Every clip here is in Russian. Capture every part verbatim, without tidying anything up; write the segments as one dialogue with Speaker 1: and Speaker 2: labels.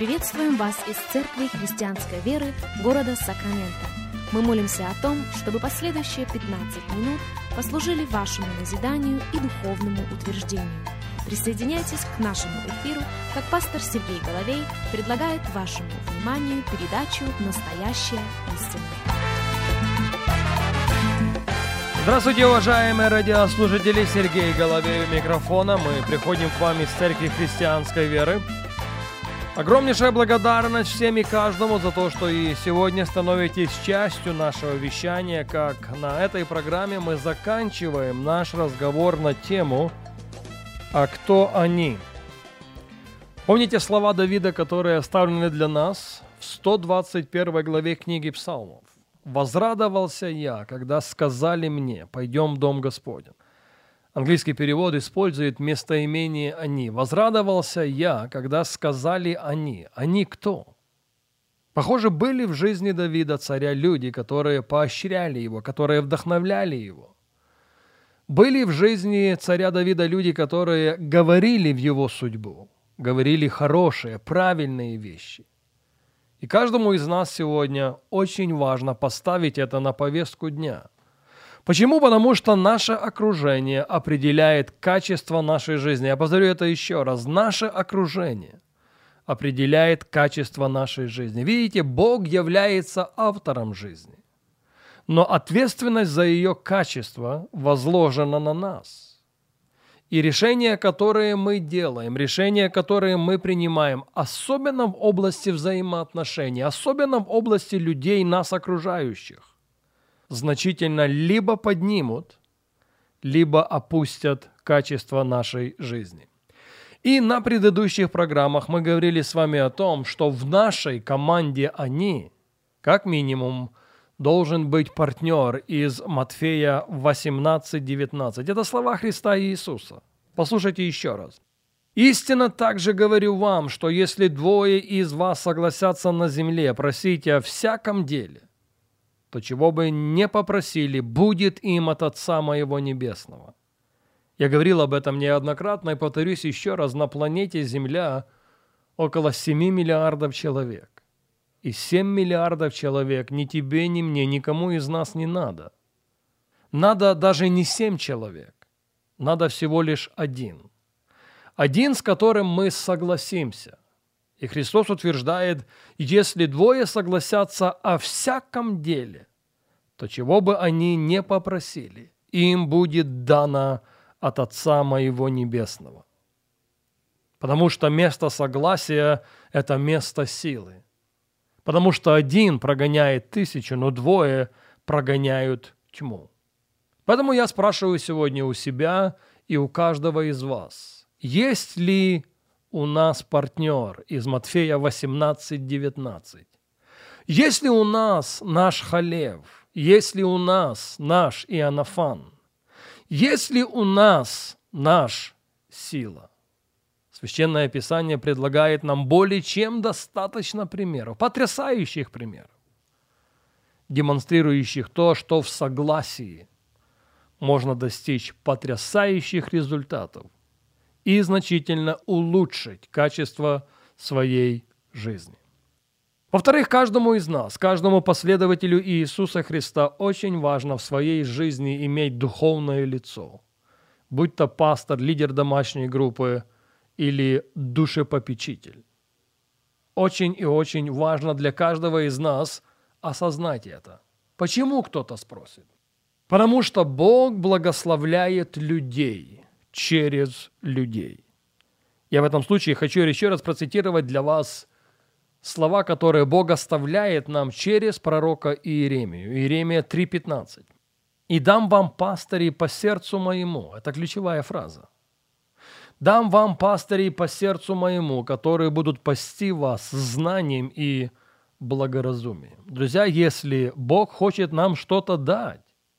Speaker 1: Приветствуем вас из Церкви Христианской Веры города Сакраменто. Мы молимся о том, чтобы последующие пятнадцать минут послужили вашему назиданию и духовному утверждению. Присоединяйтесь к нашему эфиру, как пастор Сергей Головей предлагает вашему вниманию передачу «Настоящая истина».
Speaker 2: Здравствуйте, уважаемые радиослушатели! Сергей Головей у микрофона. Мы приходим к вам из Церкви Христианской Веры. Огромнейшая благодарность всем и каждому за то, что и сегодня становитесь частью нашего вещания, как на этой программе мы заканчиваем наш разговор на тему «А кто они?». Помните слова Давида, которые оставлены для нас в сто двадцать первой главе книги Псалмов? «Возрадовался я, когда сказали мне, пойдем в дом Господень». Английский перевод использует местоимение «они». «Возрадовался я, когда сказали они». Они кто? Похоже, были в жизни Давида, царя, люди, которые поощряли его, которые вдохновляли его. Были в жизни царя Давида люди, которые говорили в его судьбу, говорили хорошие, правильные вещи. И каждому из нас сегодня очень важно поставить это на повестку дня. Почему? Потому что наше окружение определяет качество нашей жизни. Я повторю это еще раз. Наше окружение определяет качество нашей жизни. Видите, Бог является автором жизни, но ответственность за ее качество возложена на нас. И решения, которые мы делаем, решения, которые мы принимаем, особенно в области взаимоотношений, особенно в области людей, нас окружающих, значительно либо поднимут, либо опустят качество нашей жизни. И на предыдущих программах мы говорили с вами о том, что в нашей команде «Они», как минимум, должен быть партнер из Матфея восемнадцать девятнадцать. Это слова Христа Иисуса. Послушайте еще раз. «Истинно также говорю вам, что если двое из вас согласятся на земле просить о всяком деле, то чего бы не попросили, будет им от Отца Моего Небесного». Я говорил об этом неоднократно и повторюсь еще раз. На планете Земля около семи миллиардов человек. И семь миллиардов человек ни тебе, ни мне, никому из нас не надо. Надо даже не семь человек. Надо всего лишь один. Один, с которым мы согласимся. И Христос утверждает, если двое согласятся о всяком деле, то чего бы они не попросили, им будет дано от Отца Моего Небесного. Потому что место согласия – это место силы. Потому что один прогоняет тысячу, но двое прогоняют тьму. Поэтому я спрашиваю сегодня у себя и у каждого из вас, есть ли у нас партнер из Матфея восемнадцать девятнадцать? Есть ли у нас наш Халев? Есть ли у нас наш Иоаннафан? Есть ли у нас наш Сила? Священное Писание предлагает нам более чем достаточно примеров, потрясающих примеров, демонстрирующих то, что в согласии можно достичь потрясающих результатов и значительно улучшить качество своей жизни. Во-вторых, каждому из нас, каждому последователю Иисуса Христа очень важно в своей жизни иметь духовное лицо, будь то пастор, лидер домашней группы или душепопечитель. Очень и очень важно для каждого из нас осознать это. Почему, кто-то спросит? Потому что Бог благословляет людей через людей. Я в этом случае хочу еще раз процитировать для вас слова, которые Бог оставляет нам через пророка Иеремию. Иеремия три пятнадцать. «И дам вам пастырей по сердцу моему». Это ключевая фраза. «Дам вам пастырей по сердцу моему, которые будут пасти вас знанием и благоразумием». Друзья, если Бог хочет нам что-то дать,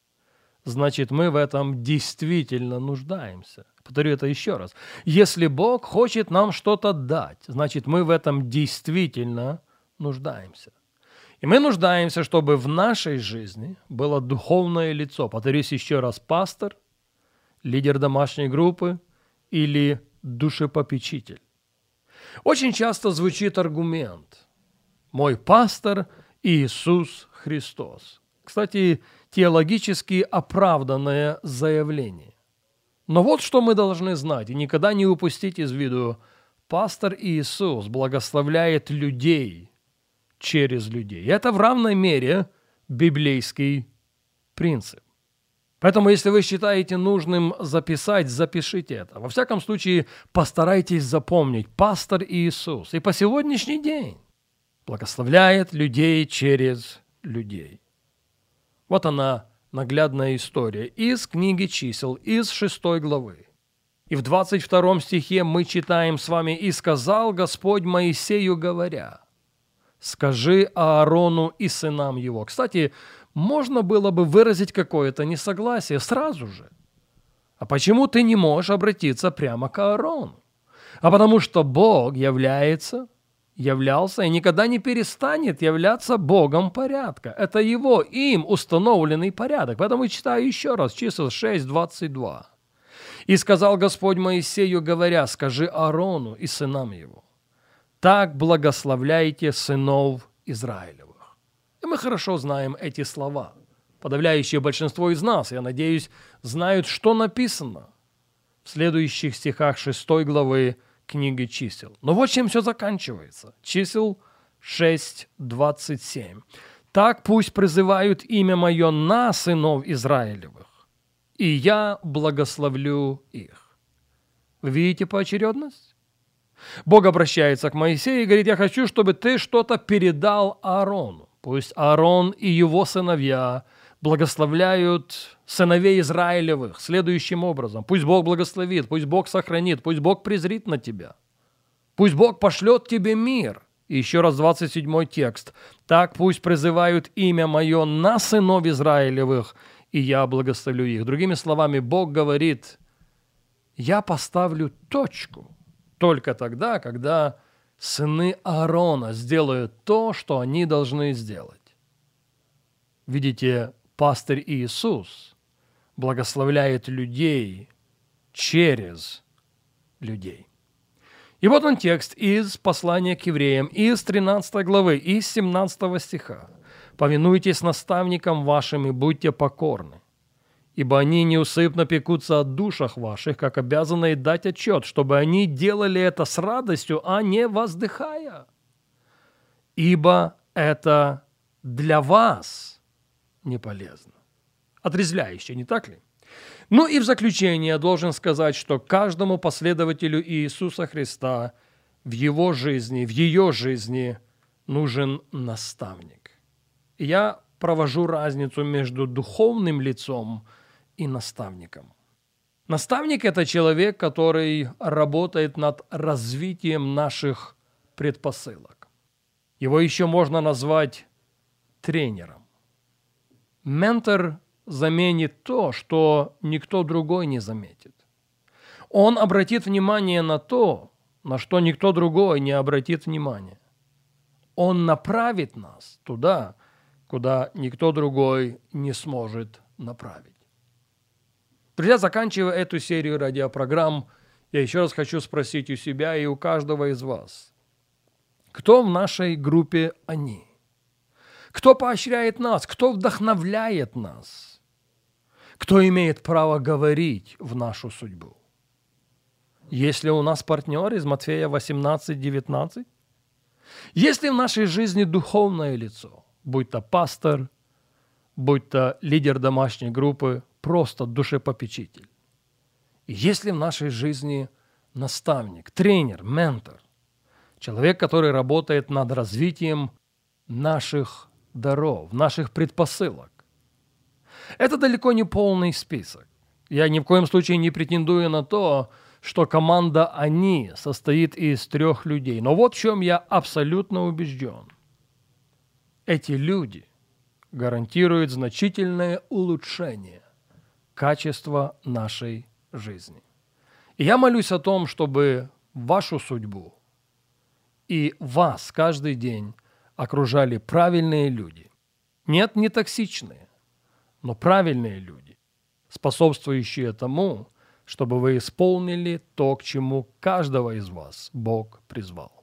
Speaker 2: значит, мы в этом действительно нуждаемся. Повторю это еще раз. Если Бог хочет нам что-то дать, значит, мы в этом действительно нуждаемся. И мы нуждаемся, чтобы в нашей жизни было духовное лицо. Повторюсь еще раз, пастор, лидер домашней группы или душепопечитель. Очень часто звучит аргумент «Мой пастор Иисус Христос». Кстати, теологически оправданное заявление. Но вот что мы должны знать и никогда не упустить из виду. Пастор Иисус благословляет людей через людей. Это в равной мере библейский принцип. Поэтому, если вы считаете нужным записать, запишите это. Во всяком случае, постарайтесь запомнить. Пастор Иисус и по сегодняшний день благословляет людей через людей. Вот она, наглядная история из книги чисел, из шестой главы. И в двадцать втором стихе мы читаем с вами: «И сказал Господь Моисею, говоря, скажи Аарону и сынам его». Кстати, можно было бы выразить какое-то несогласие сразу же. А почему ты не можешь обратиться прямо к Аарону? А потому что Бог является, являлся и никогда не перестанет являться Богом порядка. Это Его, им установленный порядок. Поэтому читаю еще раз, чисел шесть, двадцать два. «И сказал Господь Моисею, говоря, скажи Аарону и сынам его, так благословляйте сынов Израилевых». И мы хорошо знаем эти слова. Подавляющее большинство из нас, я надеюсь, знают, что написано в следующих стихах шестой главы книги чисел. Но вот чем все заканчивается. Чисел шесть, двадцать семь. «Так пусть призывают имя мое на сынов Израилевых, и я благословлю их». Вы видите поочередность? Бог обращается к Моисею и говорит: я хочу, чтобы ты что-то передал Аарону. Пусть Аарон и его сыновья благословляют сыновей Израилевых следующим образом. Пусть Бог благословит, пусть Бог сохранит, пусть Бог презрит на тебя. Пусть Бог пошлет тебе мир. И еще раз двадцать седьмой текст. «Так пусть призывают имя мое на сынов Израилевых, и я благословлю их». Другими словами, Бог говорит: я поставлю точку только тогда, когда сыны Аарона сделают то, что они должны сделать. Видите, пастор Иисус благословляет людей через людей. И вот он текст из послания к евреям, из тринадцатой главы, из семнадцатого стиха. «Повинуйтесь наставникам вашим и будьте покорны, ибо они неусыпно пекутся о душах ваших, как обязанные дать отчет, чтобы они делали это с радостью, а не воздыхая. Ибо это для вас не полезно». Отрезвляюще, не так ли? Ну и в заключение я должен сказать, что каждому последователю Иисуса Христа в его жизни, в ее жизни нужен наставник. И я провожу разницу между духовным лицом и наставником. Наставник – это человек, который работает над развитием наших предпосылок. Его еще можно назвать тренером. Ментор заменит то, что никто другой не заметит. Он обратит внимание на то, на что никто другой не обратит внимания. Он направит нас туда, куда никто другой не сможет направить. Друзья, заканчивая эту серию радиопрограмм, я еще раз хочу спросить у себя и у каждого из вас: кто в нашей группе они? Кто поощряет нас? Кто вдохновляет нас? Кто имеет право говорить в нашу судьбу? Есть ли у нас партнер из Матфея восемнадцать девятнадцать? Есть ли в нашей жизни духовное лицо, будь то пастор, будь то лидер домашней группы, просто душепопечитель? Есть ли в нашей жизни наставник, тренер, ментор, человек, который работает над развитием наших даров, наших предпосылок? Это далеко не полный список. Я ни в коем случае не претендую на то, что команда «Они» состоит из трех людей. Но вот в чем я абсолютно убежден. Эти люди гарантируют значительное улучшение качества нашей жизни. И я молюсь о том, чтобы вашу судьбу и вас каждый день окружали правильные люди. Нет, не токсичные, но правильные люди, способствующие тому, чтобы вы исполнили то, к чему каждого из вас Бог призвал.